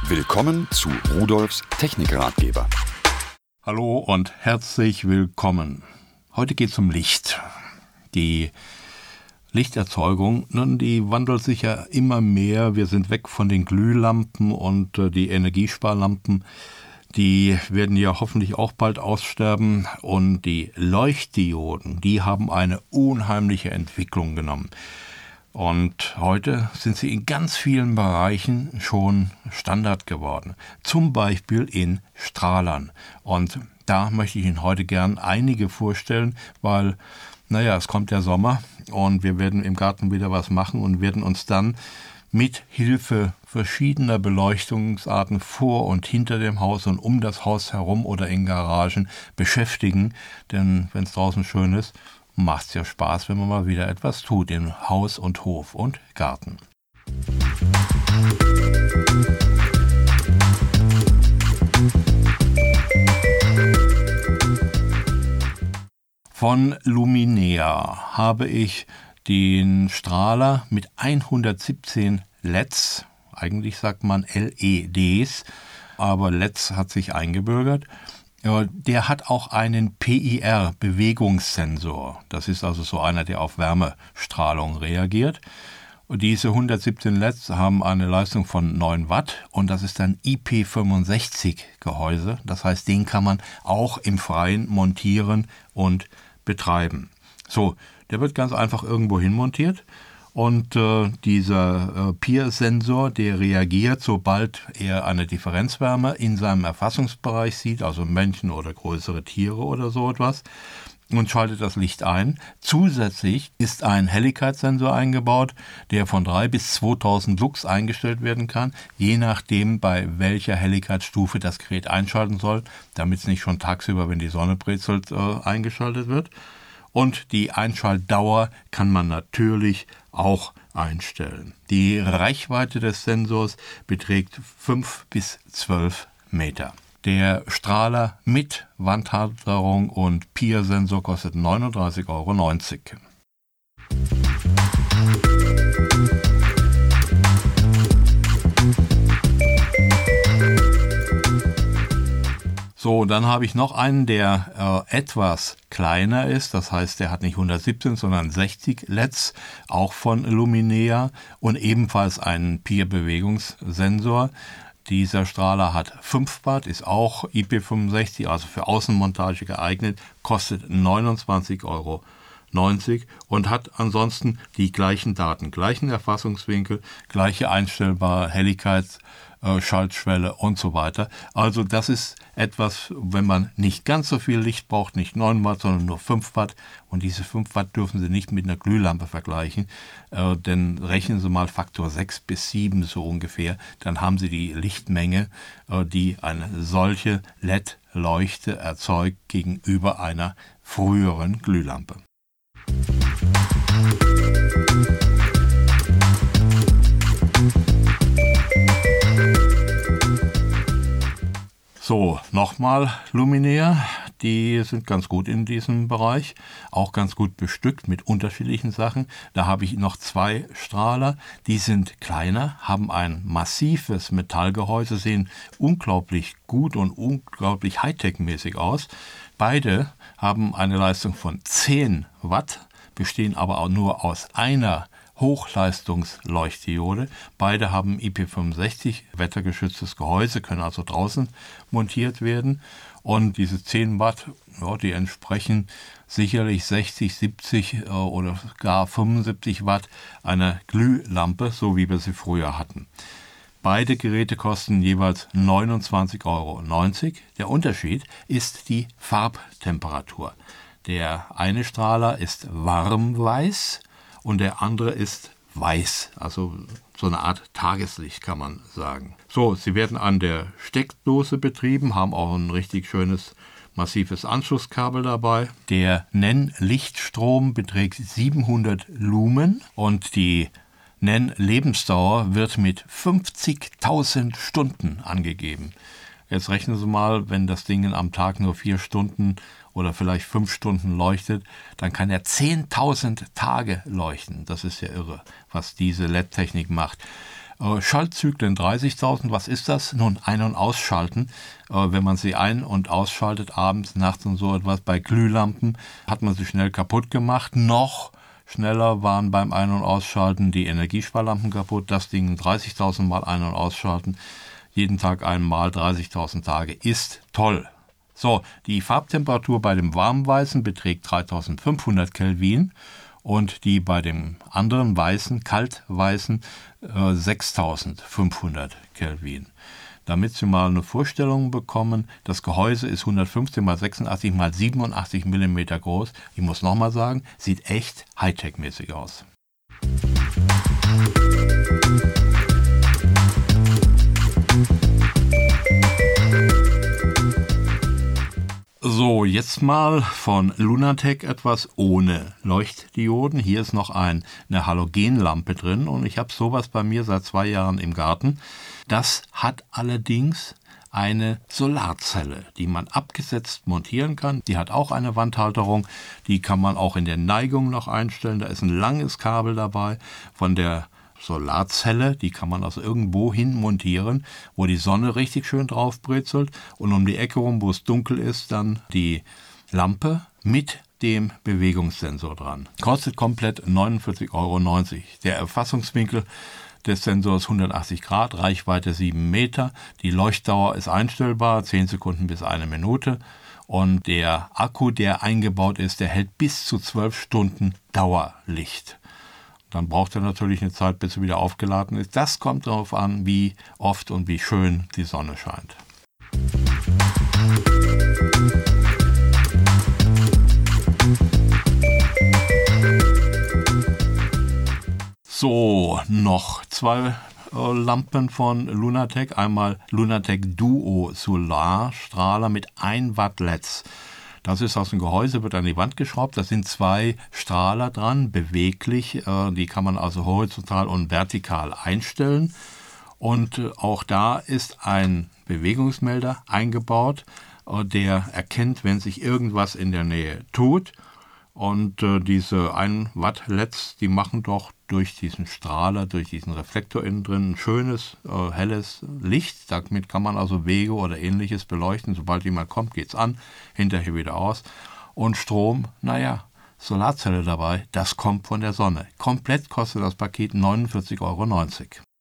Willkommen zu Rudolfs Technikratgeber. Hallo und herzlich willkommen. Heute geht es um Licht. Die Lichterzeugung, nun, die wandelt sich ja immer mehr. Wir sind weg von den Glühlampen und die Energiesparlampen, die werden ja hoffentlich auch bald aussterben. Und die Leuchtdioden, die haben eine unheimliche Entwicklung genommen. Und heute sind sie in ganz vielen Bereichen schon Standard geworden. Zum Beispiel in Strahlern. Und da möchte ich Ihnen heute gern einige vorstellen, weil, es kommt der Sommer und wir werden im Garten wieder was machen und werden uns dann mit Hilfe verschiedener Beleuchtungsarten vor und hinter dem Haus und um das Haus herum oder in Garagen beschäftigen. Denn wenn es draußen schön ist, macht es ja Spaß, wenn man mal wieder etwas tut in Haus und Hof und Garten. Von Luminaire habe ich den Strahler mit 117 LEDs, eigentlich sagt man LEDs, aber LEDs hat sich eingebürgert. Der hat auch einen PIR-Bewegungssensor. Das ist also so einer, der auf Wärmestrahlung reagiert. Und diese 117 LEDs haben eine Leistung von 9 Watt und das ist ein IP65-Gehäuse. Das heißt, den kann man auch im Freien montieren und betreiben. So, der wird ganz einfach irgendwo hin montiert. Und dieser PIR-Sensor, der reagiert, sobald er eine Differenzwärme in seinem Erfassungsbereich sieht, also Männchen oder größere Tiere oder so etwas, und schaltet das Licht ein. Zusätzlich ist ein Helligkeitssensor eingebaut, der von 3 bis 2000 Lux eingestellt werden kann, je nachdem, bei welcher Helligkeitsstufe das Gerät einschalten soll, damit es nicht schon tagsüber, wenn die Sonne brezelt, eingeschaltet wird. Und die Einschaltdauer kann man natürlich auch einstellen. Die Reichweite des Sensors beträgt 5 bis 12 Meter. Der Strahler mit Wandhalterung und PIR-Sensor kostet 39,90 Euro. So, dann habe ich noch einen, der etwas kleiner ist. Das heißt, der hat nicht 117, sondern 60 LEDs, auch von Luminaire und ebenfalls einen PIR-Bewegungssensor. Dieser Strahler hat 5 Watt, ist auch IP65, also für Außenmontage geeignet, kostet 29,90 Euro und hat ansonsten die gleichen Daten, gleichen Erfassungswinkel, gleiche einstellbare Helligkeits-, Schaltschwelle und so weiter. Also das ist etwas, wenn man nicht ganz so viel Licht braucht, nicht 9 Watt, sondern nur 5 Watt. Und diese 5 Watt dürfen Sie nicht mit einer Glühlampe vergleichen, denn rechnen Sie mal Faktor 6 bis 7 so ungefähr, dann haben Sie die Lichtmenge, die eine solche LED-Leuchte erzeugt gegenüber einer früheren Glühlampe. So, nochmal Luminaire, die sind ganz gut in diesem Bereich, auch ganz gut bestückt mit unterschiedlichen Sachen. Da habe ich noch 2 Strahler, die sind kleiner, haben ein massives Metallgehäuse, sehen unglaublich gut und unglaublich Hightech-mäßig aus. Beide haben eine Leistung von 10 Watt, bestehen aber auch nur aus einer Hochleistungsleuchtdiode. Beide haben IP65, wettergeschütztes Gehäuse, können also draußen montiert werden. Und diese 10 Watt, die entsprechen sicherlich 60, 70 oder gar 75 Watt einer Glühlampe, so wie wir sie früher hatten. Beide Geräte kosten jeweils 29,90 Euro. Der Unterschied ist die Farbtemperatur. Der eine Strahler ist warmweiß und der andere ist weiß, also so eine Art Tageslicht, kann man sagen. So, sie werden an der Steckdose betrieben, haben auch ein richtig schönes, massives Anschlusskabel dabei. Der Nennlichtstrom beträgt 700 Lumen und die Nennlebensdauer wird mit 50.000 Stunden angegeben. Jetzt rechnen Sie mal, wenn das Ding am Tag nur 4 Stunden oder vielleicht 5 Stunden leuchtet, dann kann er 10.000 Tage leuchten. Das ist ja irre, was diese LED-Technik macht. Schaltzyklen 30.000, was ist das? Nun, ein- und ausschalten. Wenn man sie ein- und ausschaltet, abends, nachts und so etwas, bei Glühlampen hat man sie schnell kaputt gemacht. Noch schneller waren beim Ein- und Ausschalten die Energiesparlampen kaputt. Das Ding 30.000 Mal ein- und ausschalten. Jeden Tag einmal 30.000 Tage ist toll. So, die Farbtemperatur bei dem warmweißen beträgt 3.500 Kelvin und die bei dem anderen weißen, kaltweißen, 6.500 Kelvin. Damit Sie mal eine Vorstellung bekommen, das Gehäuse ist 115 x 86 x 87 mm groß. Ich muss nochmal sagen, sieht echt Hightech-mäßig aus. So, jetzt mal von Lunatec etwas ohne Leuchtdioden. Hier ist noch eine Halogenlampe drin und ich habe sowas bei mir seit 2 Jahren im Garten. Das hat allerdings eine Solarzelle, die man abgesetzt montieren kann. Die hat auch eine Wandhalterung, die kann man auch in der Neigung noch einstellen. Da ist ein langes Kabel dabei von der Solarzelle, die kann man also irgendwo hin montieren, wo die Sonne richtig schön drauf brezelt und um die Ecke rum, wo es dunkel ist, dann die Lampe mit dem Bewegungssensor dran. Kostet komplett 49,90 €. Der Erfassungswinkel des Sensors 180 Grad, Reichweite 7 Meter. Die Leuchtdauer ist einstellbar, 10 Sekunden bis 1 Minute. Und der Akku, der eingebaut ist, der hält bis zu 12 Stunden Dauerlicht. Dann braucht er natürlich eine Zeit, bis er wieder aufgeladen ist. Das kommt darauf an, wie oft und wie schön die Sonne scheint. So, noch 2 Lampen von Lunatec. Einmal Lunatec Duo Solarstrahler mit 1 Watt LEDs. Das ist aus dem Gehäuse, wird an die Wand geschraubt. Da sind 2 Strahler dran, beweglich. Die kann man also horizontal und vertikal einstellen. Und auch da ist ein Bewegungsmelder eingebaut, der erkennt, wenn sich irgendwas in der Nähe tut. Und diese 1 Watt LEDs, die machen doch durch diesen Strahler, durch diesen Reflektor innen drin ein schönes, helles Licht. Damit kann man also Wege oder Ähnliches beleuchten. Sobald jemand kommt, geht's an, hinterher wieder aus. Und Strom, Solarzelle dabei, das kommt von der Sonne. Komplett kostet das Paket 49,90 €.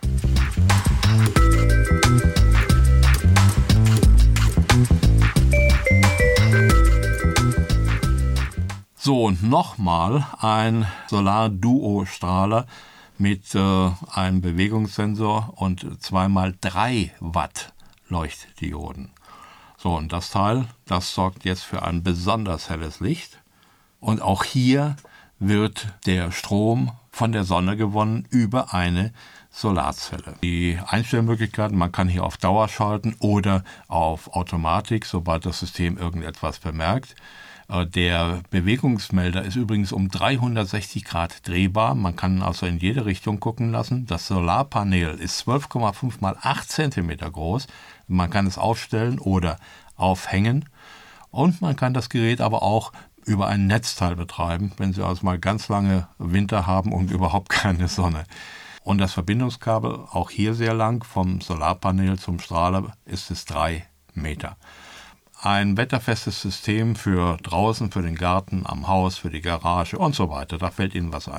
So, und nochmal ein Solar-Duo-Strahler mit einem Bewegungssensor und 2x3 Watt Leuchtdioden. So, und das Teil, das sorgt jetzt für ein besonders helles Licht. Und auch hier wird der Strom von der Sonne gewonnen über eine Solarzelle. Die Einstellmöglichkeiten, man kann hier auf Dauer schalten oder auf Automatik, sobald das System irgendetwas bemerkt. Der Bewegungsmelder ist übrigens um 360 Grad drehbar. Man kann also in jede Richtung gucken lassen. Das Solarpanel ist 12,5 x 8 cm groß. Man kann es aufstellen oder aufhängen. Und man kann das Gerät aber auch über ein Netzteil betreiben, wenn Sie also mal ganz lange Winter haben und überhaupt keine Sonne. Und das Verbindungskabel, auch hier sehr lang, vom Solarpanel zum Strahler ist es 3 Meter. Ein wetterfestes System für draußen, für den Garten, am Haus, für die Garage und so weiter. Da fällt Ihnen was ein.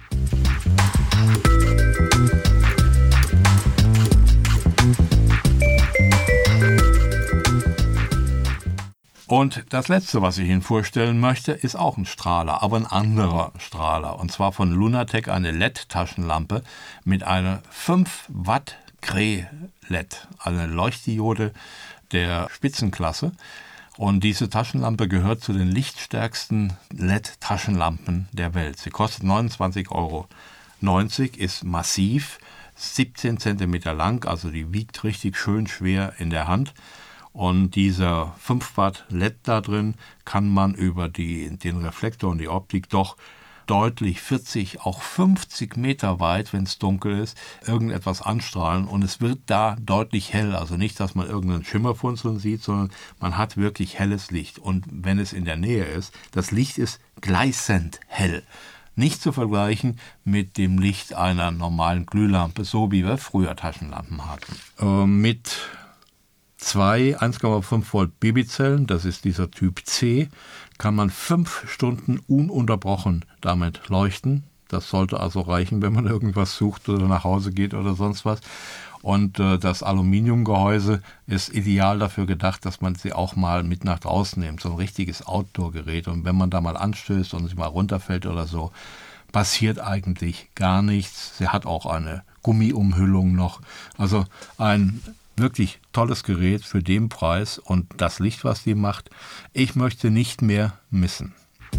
Und das letzte, was ich Ihnen vorstellen möchte, ist auch ein Strahler, aber ein anderer Strahler. Und zwar von Lunatec eine LED-Taschenlampe mit einer 5 Watt Cree-LED, also eine Leuchtdiode der Spitzenklasse. Und diese Taschenlampe gehört zu den lichtstärksten LED-Taschenlampen der Welt. Sie kostet 29,90 €, ist massiv, 17 cm lang, also die wiegt richtig schön schwer in der Hand. Und dieser 5 Watt LED da drin kann man über den Reflektor und die Optik doch deutlich 40, auch 50 Meter weit, wenn es dunkel ist, irgendetwas anstrahlen und es wird da deutlich hell. Also nicht, dass man irgendeinen Schimmerfunzeln sieht, sondern man hat wirklich helles Licht. Und wenn es in der Nähe ist, das Licht ist gleißend hell. nicht zu vergleichen mit dem Licht einer normalen Glühlampe, so wie wir früher Taschenlampen hatten. Mit 2 1,5 Volt Babyzellen, das ist dieser Typ C, kann man 5 Stunden ununterbrochen damit leuchten. Das sollte also reichen, wenn man irgendwas sucht oder nach Hause geht oder sonst was. Und das Aluminiumgehäuse ist ideal dafür gedacht, dass man sie auch mal mit nach draußen nimmt, so ein richtiges Outdoor-Gerät. Und wenn man da mal anstößt und sich mal runterfällt oder so, passiert eigentlich gar nichts. Sie hat auch eine Gummiumhüllung noch. Also ein wirklich tolles Gerät für den Preis und das Licht, was die macht, ich möchte nicht mehr missen.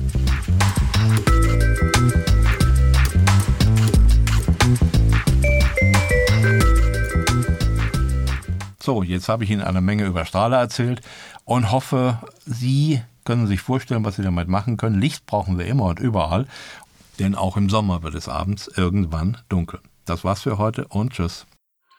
So, jetzt habe ich Ihnen eine Menge über Strahler erzählt und hoffe, Sie können sich vorstellen, was Sie damit machen können. Licht brauchen wir immer und überall, denn auch im Sommer wird es abends irgendwann dunkel. Das war's für heute und tschüss.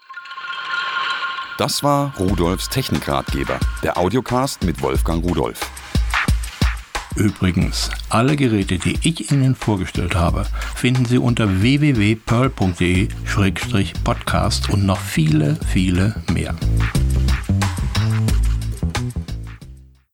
Das war Rudolfs Technikratgeber, der Audiocast mit Wolfgang Rudolf. Übrigens, alle Geräte, die ich Ihnen vorgestellt habe, finden Sie unter www.pearl.de/podcast und noch viele, viele mehr.